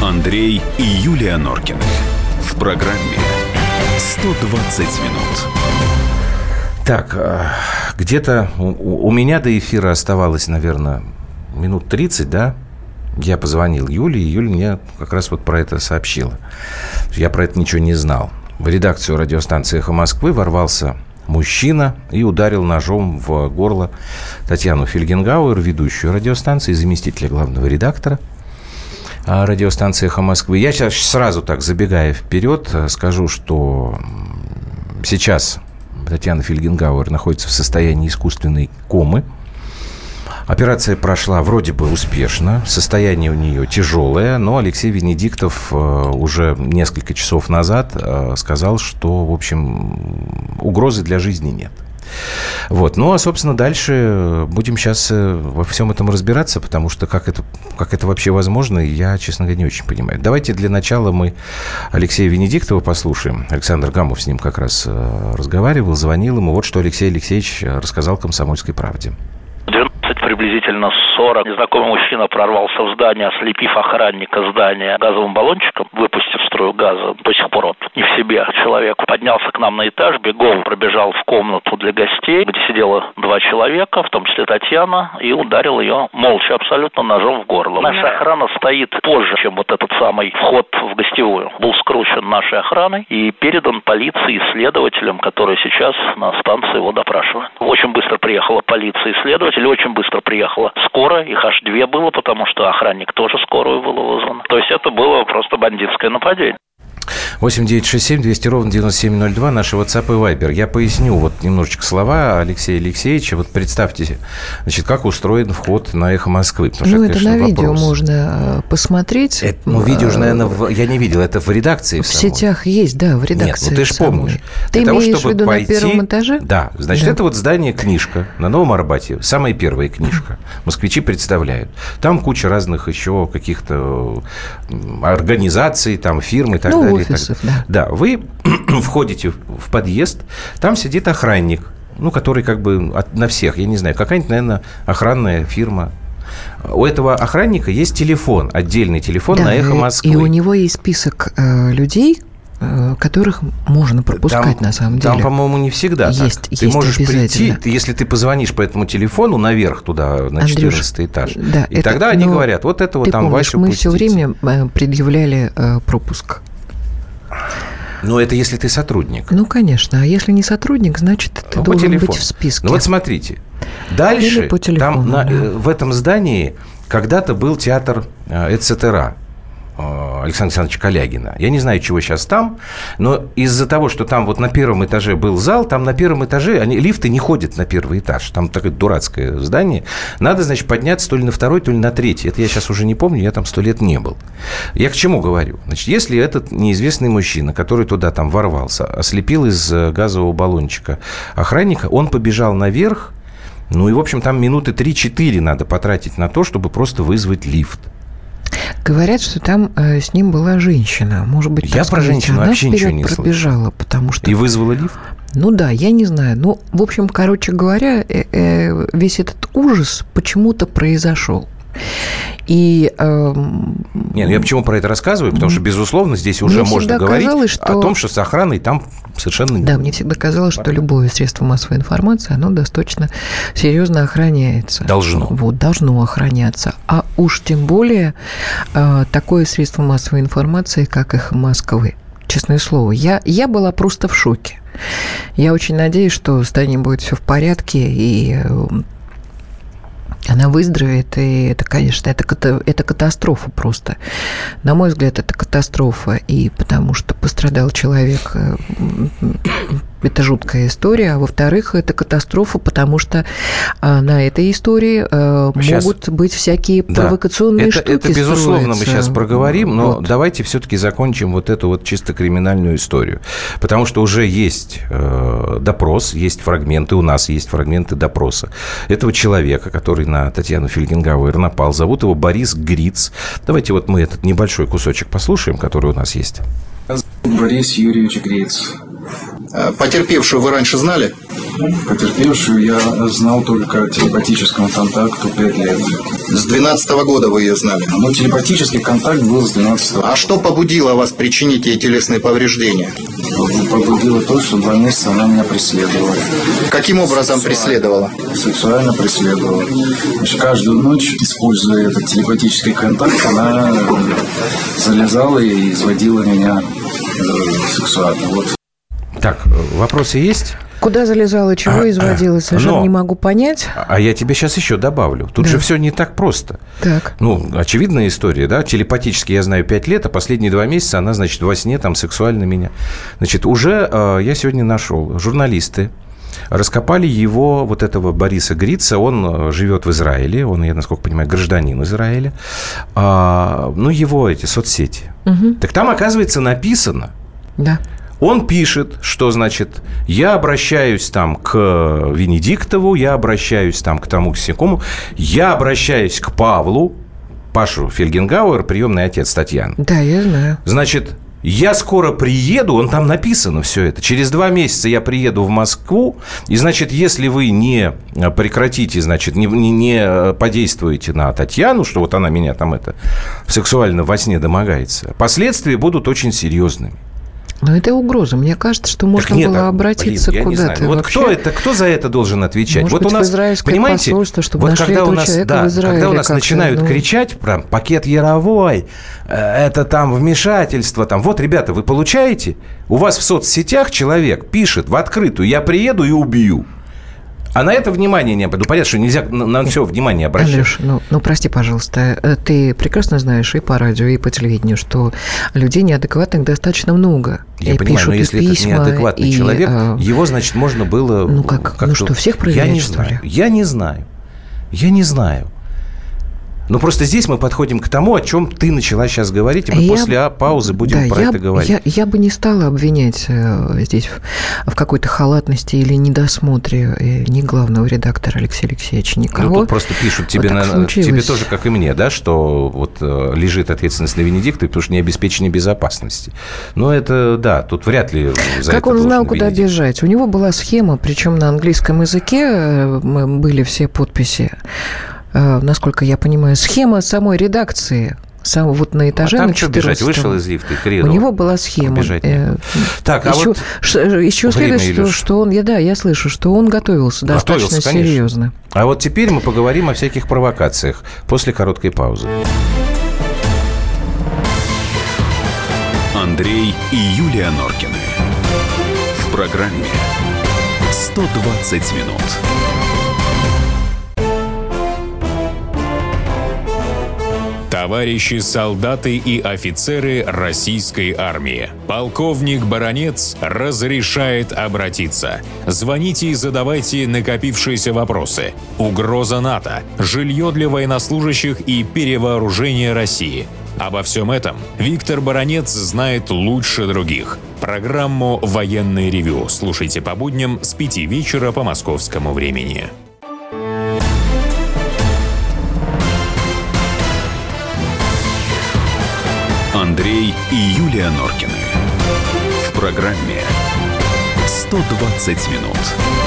Андрей и Юлия Норкины. В программе «120 минут». Так, где-то у меня до эфира оставалось, наверное, минут 30, да? Я позвонил Юле, и Юля мне как раз вот про это сообщила. Я про это ничего не знал. В редакцию радиостанции «Эхо Москвы» ворвался мужчина и ударил ножом в горло Татьяну Фельгенгауэр, ведущую радиостанции, заместителя главного редактора радиостанции «Эхо Москвы». Я сейчас сразу так, забегая вперед, скажу, что сейчас Татьяна Фельгенгауэр находится в состоянии искусственной комы. Операция прошла вроде бы успешно, состояние у нее тяжелое, но Алексей Венедиктов уже несколько часов назад сказал, что, в общем, угрозы для жизни нет. Вот. Ну, а, собственно, дальше будем сейчас во всем этом разбираться, потому что как это вообще возможно, я, честно говоря, не очень понимаю. Давайте для начала мы Алексея Венедиктова послушаем. Александр Гамов с ним как раз разговаривал, звонил ему. Вот что Алексей Алексеевич рассказал «Комсомольской правде». Приблизительно 40. Незнакомый мужчина прорвался в здание, ослепив охранника здания газовым баллончиком, выпустив струю газа. До сих пор он не в себе человек. Поднялся к нам на этаж, бегом пробежал в комнату для гостей, где сидело 2 человека, в том числе Татьяна, и ударил ее молча абсолютно ножом в горло. Наша охрана стоит позже, чем вот этот самый вход в гостевую. Был скручен нашей охраной и передан полиции и следователям, которые сейчас на станции его допрашивают. Очень быстро приехала полиция и следователи, очень быстро приехала скорая, их аж 2 было, потому что охранник тоже скорую было вызван. То есть это было просто бандитское нападение. 8-967-200-97-02, наши WhatsApp и Viber. Я поясню вот немножечко слова Алексея Алексеевича. Вот представьте, значит, как устроен вход на «Эхо Москвы». Это, конечно, на видео можно посмотреть. Видео же, наверное, я не видел. Это в редакции в сетях есть, да, в редакции. Нет, ты же помнишь. Ты имеешь в виду на первом этаже? Да, значит, это вот здание «Книжка» на Новом Арбате. Самая первая книжка. Москвичи представляют. Там куча разных еще каких-то организаций, там фирм и так далее. Офисов, да, вы входите в подъезд, там сидит охранник, который как бы на всех, я не знаю, какая-нибудь, наверное, охранная фирма. У этого охранника есть телефон, отдельный телефон на «Эхо Москвы». И у него есть список людей, которых можно пропускать, на самом деле. Там, по-моему, не всегда есть, так. Ты можешь прийти, если ты позвонишь по этому телефону наверх туда, на 14 этаж, да, и тогда они говорят, вот этого там Васю мы пустите. все время предъявляли пропуск. Но это если ты сотрудник. Ну, конечно. А если не сотрудник, значит, ты должен быть в списке. Ну, вот смотрите. Дальше там в этом здании когда-то был театр «Эцетера» Александра Александровича Калягина. Я не знаю, чего сейчас там, но из-за того, что там вот на первом этаже был зал, там на первом этаже лифты не ходят на первый этаж. Там такое дурацкое здание. Надо, значит, подняться то ли на второй, то ли на третий. Это я сейчас уже не помню, я там 100 лет не был. Я к чему говорю? Значит, если этот неизвестный мужчина, который туда там ворвался, ослепил из газового баллончика охранника, он побежал наверх, и, в общем, там минуты 3-4 надо потратить на то, чтобы просто вызвать лифт. Говорят, что там с ним была женщина. Может быть, я про женщину вообще ничего не слышал. Пробежала, потому что... И вызвала лифт? Ну да, я не знаю. В общем, короче говоря, весь этот ужас почему-то произошел. И, Нет, я почему про это рассказываю? Потому что, безусловно, здесь уже можно говорить о том, что с охраной там совершенно... Да, мне всегда казалось, что любое средство массовой информации, оно достаточно серьезно охраняется. Должно. Вот, должно охраняться. А уж тем более такое средство массовой информации, как «Эхо Москвы». Честное слово, я была просто в шоке. Я очень надеюсь, что с Таней будет все в порядке, и... она выздоровеет, и это, конечно, это катастрофа просто. На мой взгляд, это катастрофа, и потому что пострадал человек, это жуткая история, а во-вторых, это катастрофа, потому что на этой истории могут быть всякие провокационные штуки. Это, безусловно, мы сейчас проговорим, но давайте все-таки закончим вот эту вот чисто криминальную историю, потому что уже есть допрос, есть фрагменты, у нас есть фрагменты допроса этого человека, который на Татьяну Фельгенгауэр напал. Зовут его Борис Гриц. Давайте вот мы этот небольшой кусочек послушаем, который у нас есть. Борис Юрьевич Гриц. Потерпевшую вы раньше знали? Потерпевшую я знал только телепатическому контакту 5 лет. С 12 года вы ее знали? Ну, телепатический контакт был с 12 года. А что побудило вас причинить ей телесные повреждения? Побудило то, что 2 месяца она меня преследовала. Каким образом преследовала? Сексуально преследовала. Значит, каждую ночь, используя этот телепатический контакт, она залезала и изводила меня сексуально. Вот. Так, вопросы есть? Куда залезала, чего изводила, совершенно не могу понять. А я тебе сейчас еще добавлю. Тут же все не так просто. Так. Ну, очевидная история, да? Телепатически я знаю 5 лет, а последние 2 месяца она, значит, во сне там сексуально меня. Значит, уже я сегодня нашел. Журналисты раскопали его, вот этого Бориса Грица. Он живет в Израиле. Он, я насколько понимаю, гражданин Израиля. Ну, его эти соцсети. Угу. Так там, оказывается, написано... Да. Он пишет, что, значит, я обращаюсь там к Венедиктову, я обращаюсь там к тому, к сякому, я обращаюсь к Павлу, Пашу Фельгенгауэр, приемный отец Татьяны. Да, я знаю. Значит, я скоро приеду, он там написано все это, через 2 месяца я приеду в Москву, и, значит, если вы не прекратите, значит, не подействуете на Татьяну, что вот она меня там сексуально во сне домогается, последствия будут очень серьезными. Но это угроза. Мне кажется, что можно было обратиться куда-то. Вот кто за это должен отвечать? Может вот быть, у нас, в израильское понимаете, посольство, чтобы вот нашли когда этого у нас, человека в Израиле. Когда у нас начинают кричать, прям, пакет Яровой, это там вмешательство, там, вот, ребята, вы получаете? У вас в соцсетях человек пишет в открытую, я приеду и убью. А на это внимание не... Ну, понятно, что нельзя на все внимание обращать. Андрюш, ну, прости, пожалуйста. Ты прекрасно знаешь и по радио, и по телевидению, что людей неадекватных достаточно много. Я понимаю, но если это неадекватный человек, его, значит, можно было... Ну, как-то... Ну, что, всех проверять, что ли? Я не знаю. Ну, просто здесь мы подходим к тому, о чем ты начала сейчас говорить, и мы после паузы будем про это говорить. Я бы не стала обвинять здесь в какой-то халатности или недосмотре ни главного редактора Алексея Алексеевича, никого. Ну, тут просто пишут тебе, тебе тоже, как и мне, да, что вот лежит ответственность на Венедиктове, потому что не обеспечение безопасности. Но это, да, тут вряд ли за как это он знал, Венедиктов. куда бежать? У него была схема, причем на английском языке были все подписи. Насколько я понимаю, схема самой редакции. Вот на этаже, там на 14-м. что бежать? Вышел из лифта, коридор. У него была схема. Так, еще следует, что он... Я слышу, что он готовился достаточно серьезно. А вот теперь мы поговорим о всяких провокациях после короткой паузы. Андрей и Юлия Норкины. В программе «120 минут». Товарищи солдаты и офицеры российской армии. Полковник Баранец разрешает обратиться. Звоните и задавайте накопившиеся вопросы. Угроза НАТО, жилье для военнослужащих и перевооружение России. Обо всем этом Виктор Баранец знает лучше других. Программу «Военное ревю» слушайте по будням с 5 вечера по московскому времени. Андрей и Юлия Норкины. В программе «120 минут».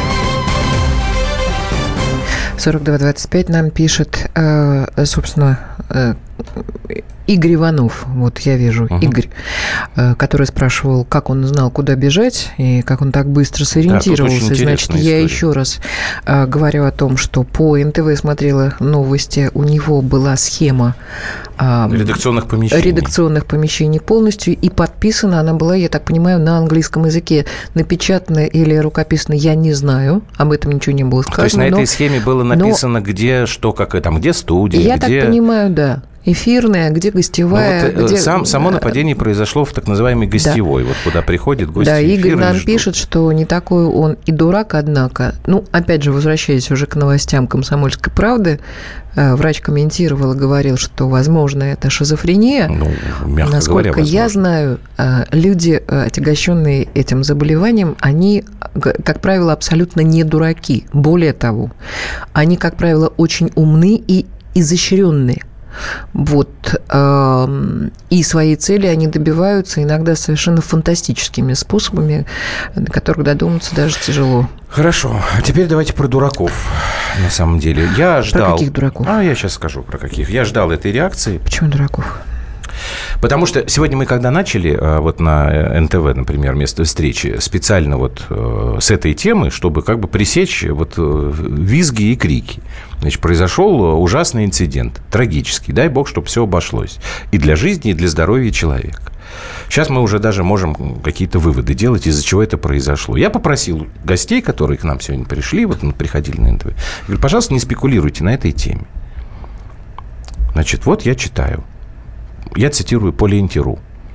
4225 нам пишет, собственно, Игорь Иванов, вот я вижу, Игорь, который спрашивал, как он знал, куда бежать, и как он так быстро сориентировался. Значит, я еще раз говорю о том, что по НТВ смотрела новости, у него была схема редакционных помещений полностью, и подписана она была, я так понимаю, на английском языке. Напечатано или рукописно, я не знаю, об этом ничего не было сказано. То есть на этой схеме было написано, где, что, как, там, где студия, я так понимаю, да. Эфирная, где гостевая. Ну, вот, само нападение произошло в так называемой гостевой, вот куда приходит гость. Да, Игорь нам пишет, что не такой он и дурак, однако. Ну, опять же, возвращаясь уже к новостям «Комсомольской правды», врач комментировал и говорил, что, возможно, это шизофрения. Ну, мягко Насколько говоря, я знаю, люди, отягощенные этим заболеванием, они, как правило, абсолютно не дураки. Более того, они, как правило, очень умны и изощренные. Вот. И своей цели они добиваются иногда совершенно фантастическими способами, до которых додуматься даже тяжело. Хорошо. А теперь давайте про дураков. На самом деле. Я ждал... Про каких дураков? Я сейчас скажу про каких. Я ждал этой реакции. Почему дураков? Потому что сегодня мы, когда начали вот на НТВ, например, место встречи, специально вот с этой темы, чтобы как бы пресечь вот визги и крики. Значит, произошел ужасный инцидент, трагический. Дай бог, чтобы все обошлось. И для жизни, и для здоровья человека. Сейчас мы уже даже можем какие-то выводы делать, из-за чего это произошло. Я попросил гостей, которые к нам сегодня пришли, вот приходили на НТВ, я говорю, пожалуйста, не спекулируйте на этой теме. Значит, вот я читаю. Я цитирую по ленте.ру.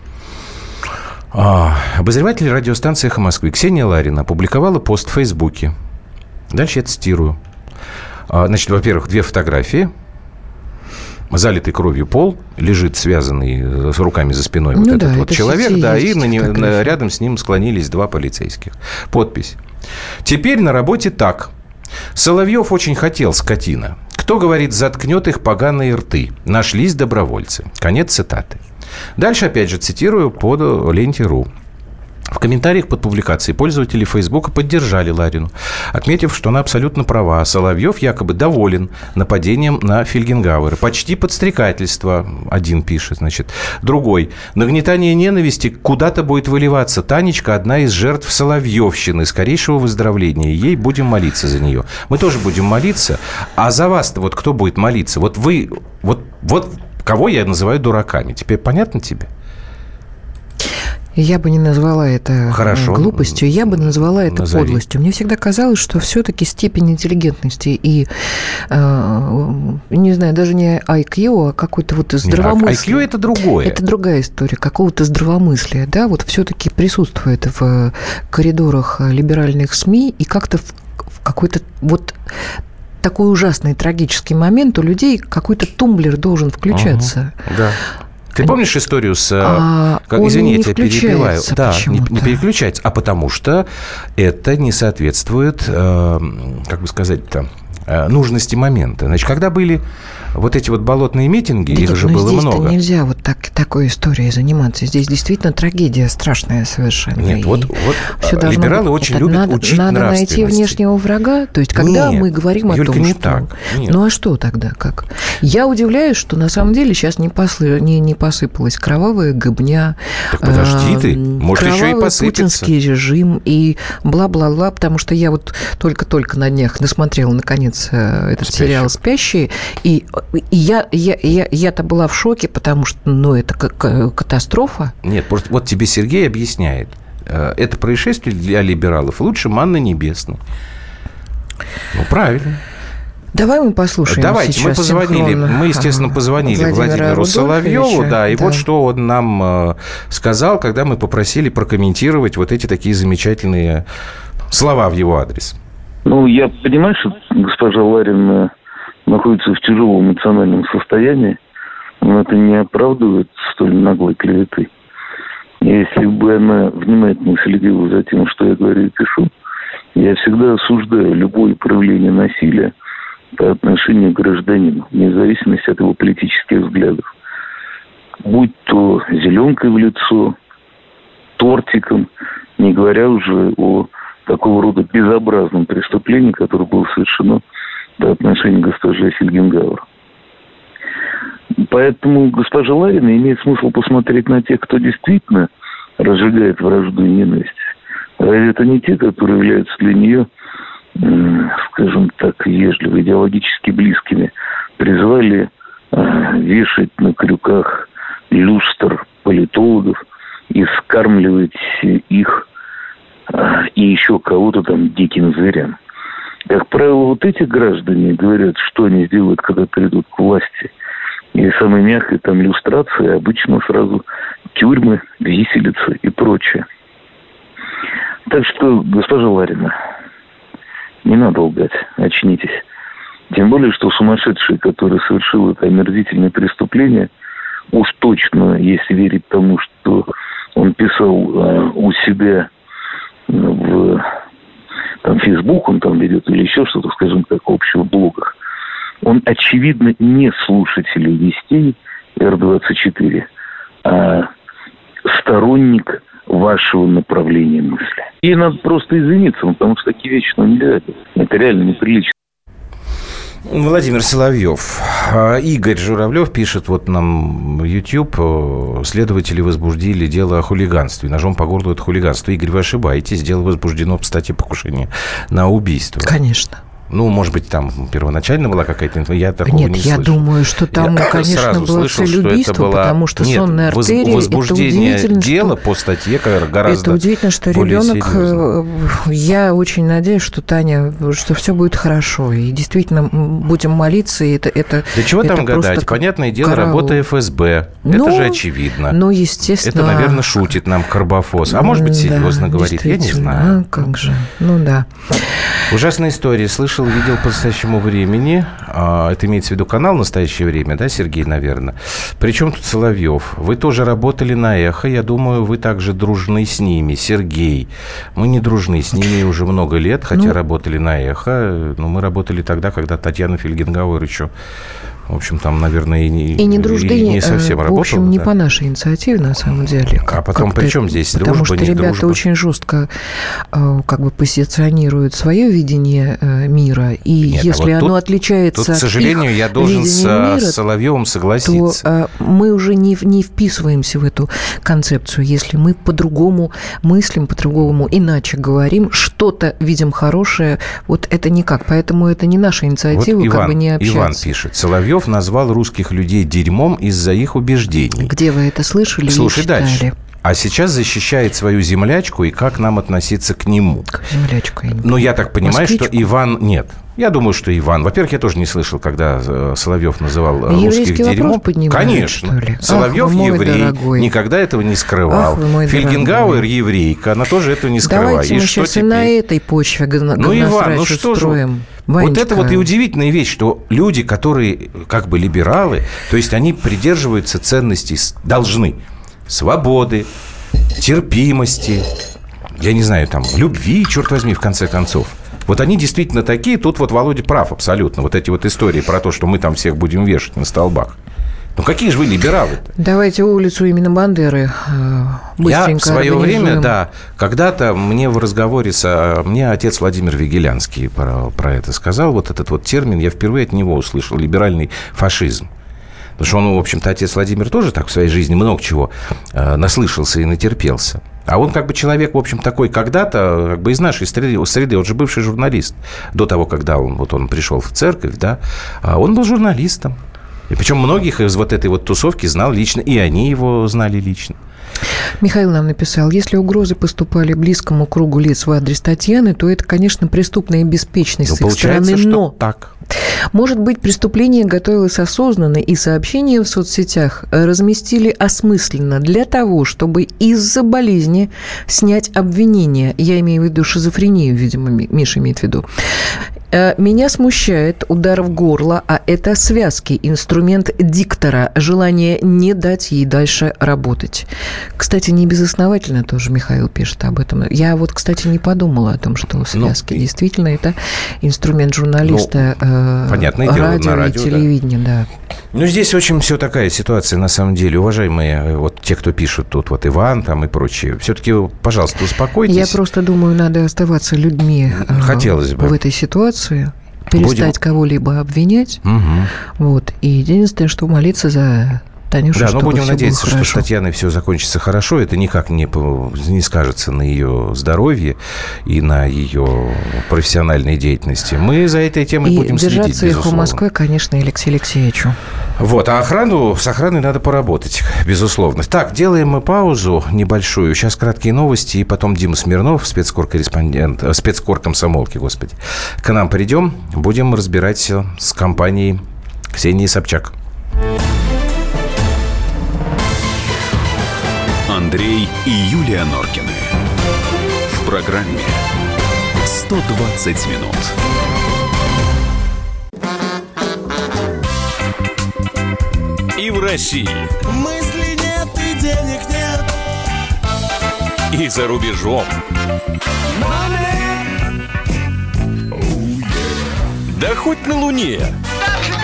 Обозреватель радиостанции «Эхо Москвы» Ксения Ларина опубликовала пост в Фейсбуке. Дальше я цитирую. Значит, во-первых, 2 фотографии. Залитый кровью пол, лежит связанный с руками за спиной вот этот вот человек, да, и рядом с ним склонились 2 полицейских. Подпись. Теперь на работе так. Соловьев очень хотел, скотина. Кто, говорит, заткнет их поганые рты? Нашлись добровольцы. Конец цитаты. Дальше, опять же, цитирую по ленте.ру. В комментариях под публикацией пользователи Фейсбука поддержали Ларину, отметив, что она абсолютно права. Соловьев якобы доволен нападением на Фельгенгауэра. Почти подстрекательство, один пишет, значит. Другой. Нагнетание ненависти куда-то будет выливаться. Танечка одна из жертв соловьевщины. Скорейшего выздоровления. Ей будем молиться за нее. Мы тоже будем молиться. А за вас-то вот кто будет молиться? Вот вы, вот кого я называю дураками? Теперь понятно тебе? Я бы не назвала это глупостью, я бы назвала это подлостью. Мне всегда казалось, что все-таки степень интеллигентности и, не знаю, даже не IQ, а какой-то вот здравомыслие. IQ – это другое. Это другая история, какого-то здравомыслия, да, вот все-таки присутствует в коридорах либеральных СМИ и как-то в какой-то вот такой ужасный трагический момент у людей какой-то тумблер должен включаться. Да. Ты помнишь историю с... Извини, я тебя перебиваю. Да, не переключается. А потому что это не соответствует, как бы сказать-то, нужности момента. Значит, когда были вот эти вот болотные митинги, их же было много. Здесь-то нельзя вот такой историей заниматься. Здесь действительно трагедия страшная совершенно. Нет, вот либералы очень любят учить нравственности. Надо найти внешнего врага. То есть, когда мы говорим о том, не что... так. Ну, а что тогда? Как? Я удивляюсь, что на самом деле сейчас не посыпалась кровавая гыбня. Так подожди ты, может, еще и посыпется. Путинский режим и бла-бла-бла, потому что я вот только-только на днях досмотрела, наконец, этот сериал «Спящие», и я-то была в шоке, потому что, это катастрофа. Нет, просто вот тебе Сергей объясняет. Это происшествие для либералов лучше манны небесной. Ну, правильно. Давай мы послушаем. Давайте, мы, естественно, позвонили Владимиру Соловьеву, да, и вот что он нам сказал, когда мы попросили прокомментировать вот эти такие замечательные слова в его адрес. Ну, я понимаю, что госпожа Ларина находится в тяжелом эмоциональном состоянии, но это не оправдывает столь наглой клеветы. Если бы она внимательно следила за тем, что я говорю и пишу, я всегда осуждаю любое проявление насилия по отношению к гражданину, вне зависимости от его политических взглядов. Будь то зеленкой в лицо, тортиком, не говоря уже о такого рода безобразном преступлении, которое было совершено по отношению к госпоже Фельгенгауэр. Поэтому госпожа Ларина имеет смысл посмотреть на тех, кто действительно разжигает вражду и ненависть. Разве это не те, которые являются для нее, скажем так, вежливо, идеологически близкими, призвали вешать на крюках люстр политологов и скармливать их и еще кого-то там диким зверям. Как правило, вот эти граждане говорят, что они сделают, когда придут к власти. И самой мягкой там люстрации обычно сразу тюрьмы, виселицы и прочее. Так что, госпожа Ларина, не надо лгать, очнитесь. Тем более, что сумасшедший, который совершил это омерзительное преступление, уж точно, если верить тому, что он писал у себя в Facebook, он там ведет, или еще что-то, скажем так, в общих блогах, он, очевидно, не слушатель вестей Р-24, а сторонник вашего направления мысли. И надо просто извиниться, потому что такие вещи нельзя. Это реально неприлично. Владимир Соловьев. Игорь Журавлев пишет вот нам YouTube. Следователи возбудили дело о хулиганстве. Ножом по горлу — это хулиганство. Игорь, вы ошибаетесь. Дело возбуждено по статье покушения на убийство. Конечно. Ну, может быть, там первоначально была какая-то информация, я такого Нет, не я слышал. думаю, что там, конечно, было целеубийство, потому что сонная артерия, возбуждение это дела по статье гораздо. Это удивительно, что более ребенок. серьезно. Я очень надеюсь, что Таня, что все будет хорошо, и действительно будем молиться. И это да чего это там гадать? Понятное дело, караул. Работа ФСБ. Это же очевидно. Ну, естественно. Это, наверное, шутит нам Карбофос. А может быть, серьезно говорит. Я не знаю. А как же? Ну да. Ужасная история. Слышал, видел по настоящему времени. Это имеется в виду канал «Настоящее время», да, Сергей, наверное? Причем тут Соловьев? Вы тоже работали на «Эхо». Я думаю, вы также дружны с ними. Сергей, мы не дружны с ними уже много лет, хотя работали на «Эхо». Но мы работали тогда, когда Татьяна Фельгенгауэр еще... В общем, там, наверное, и не дружны, и не совсем работал. В общем, не по нашей инициативе, на самом деле. А потом при чем здесь дружба, потому что ребята очень жестко как бы позиционируют свое видение мира. И нет, если оно отличается от их видения мира... Тут, к сожалению, я должен с Соловьевым согласиться. То мы уже не вписываемся в эту концепцию. Если мы по-другому мыслим, по-другому иначе говорим, что-то видим хорошее, вот это никак. Поэтому это не наша инициатива, вот как бы не общаться. Иван пишет. Соловьев назвал русских людей дерьмом из-за их убеждений. Где вы это слышали? Слушай и читали? Дальше. А сейчас защищает свою землячку, и как нам относиться к нему? К землячку, я не Ну, я так понимаю, Москвичку? что Иван... Нет. Я думаю, что Иван... Во-первых, я тоже не слышал, когда Соловьев называл русских дерьмом. Конечно. Соловьев еврей, дорогой. Никогда этого не скрывал. Фельгенгауэр еврейка, она тоже этого не скрывает. Давайте и мы что сейчас теперь? И на этой почве Иван, ну что устроим. же... Вот это вот и удивительная вещь, что люди, которые как бы либералы, то есть они придерживаются ценностей, должны свободы, терпимости, я не знаю, там, любви, черт возьми, в конце концов. Вот они действительно такие, тут вот Володя прав абсолютно. Вот эти вот истории про то, что мы там всех будем вешать на столбах. Ну, какие же вы либералы-то? Давайте улицу имени Бандеры быстренько Я в свое время, да, когда-то мне в разговоре мне отец Владимир Вигелянский про это сказал, вот этот вот термин, я впервые от него услышал, либеральный фашизм. Потому что он, в общем-то, отец Владимир тоже так в своей жизни много чего наслышался и натерпелся. А он как бы человек, в общем, такой когда-то, как бы из нашей среды, он же бывший журналист. До того, когда он пришел в церковь, да, он был журналистом. И причем многих из вот этой вот тусовки знал лично, и они его знали лично. Михаил нам написал, если угрозы поступали близкому кругу лиц в адрес Татьяны, то это, конечно, преступная беспечность с их стороны, но... так. Может быть, преступление готовилось осознанно, и сообщения в соцсетях разместили осмысленно для того, чтобы из-за болезни снять обвинения. Я имею в виду шизофрению, видимо, Миша имеет в виду. Меня смущает удар в горло, а это связки, инструмент диктора, желание не дать ей дальше работать. Кстати, не безосновательно тоже Михаил пишет об этом. Я вот, кстати, не подумала о том, что связки действительно это инструмент журналиста, понятное дело, радио, на радио и телевидения, да. Ну, здесь очень все такая ситуация, на самом деле. Уважаемые, вот те, кто пишут тут, вот Иван там и прочие, все-таки, пожалуйста, успокойтесь. Я просто думаю, надо оставаться людьми Хотелось бы. в этой ситуации, перестать кого-либо обвинять. Угу. Вот. И единственное, что молиться за Танюшу, да, но будем надеяться, что хорошо. с Татьяной все закончится хорошо. Это никак не скажется на ее здоровье и на ее профессиональной деятельности. Мы за этой темой будем следить, держаться их в Москве, конечно, Алексею Алексеевичу. Вот, а с охраной надо поработать, безусловно. Так, делаем мы паузу небольшую. Сейчас краткие новости, и потом Дима Смирнов, спецкор-корреспондент, спецкор-комсомолки, господи. К нам придем, будем разбирать с компанией Ксении Собчак. Андрей и Юлия Норкины. В программе 120 минут. И в России. Мысли нет и денег нет. И за рубежом. Money. Да хоть на Луне. Даже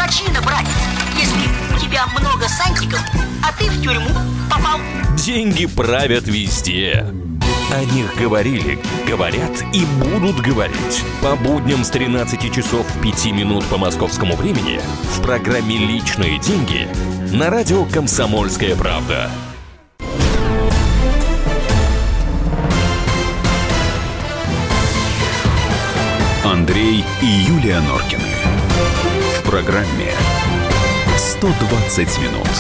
причина, братец, если у тебя много сантиков, а ты в тюрьму попал? Деньги правят везде. О них говорили, говорят и будут говорить. По будням с 13 часов 5 минут по московскому времени в программе «Личные деньги» на радио «Комсомольская правда». Андрей и Юлия Норкины. В программе «120 минут».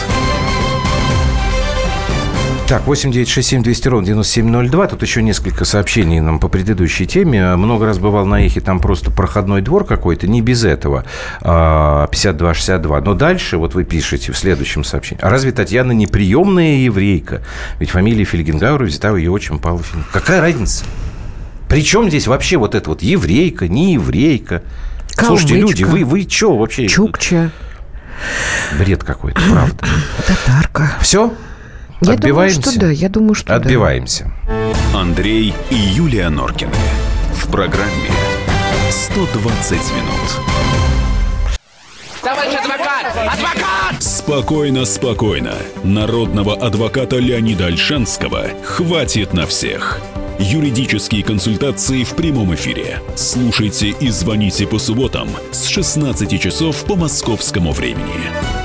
Так, 8-967-200-97-02. Тут еще несколько сообщений нам по предыдущей теме. Много раз бывал на Эхе, там просто проходной двор какой-то, не без этого. 52-62. Но дальше, вот вы пишете в следующем сообщении. А разве Татьяна не приемная еврейка? Ведь фамилия Фельгенгауэра взята у ее отчима Павла Фельгенгауэра. Какая разница? Причем здесь вообще вот это вот еврейка, не еврейка? Калмычка. Слушайте, люди, вы что вообще? Чукча. Бред какой-то, правда. Татарка. Все? Я Отбиваемся? думаю, что да. Я думаю, что Отбиваемся. Андрей и Юлия Норкины. В программе «120 минут». Товарищ адвокат! Адвокат! Спокойно, спокойно. Народного адвоката Леонида Ольшанского хватит на всех. Юридические консультации в прямом эфире. Слушайте и звоните по субботам с 16 часов по московскому времени.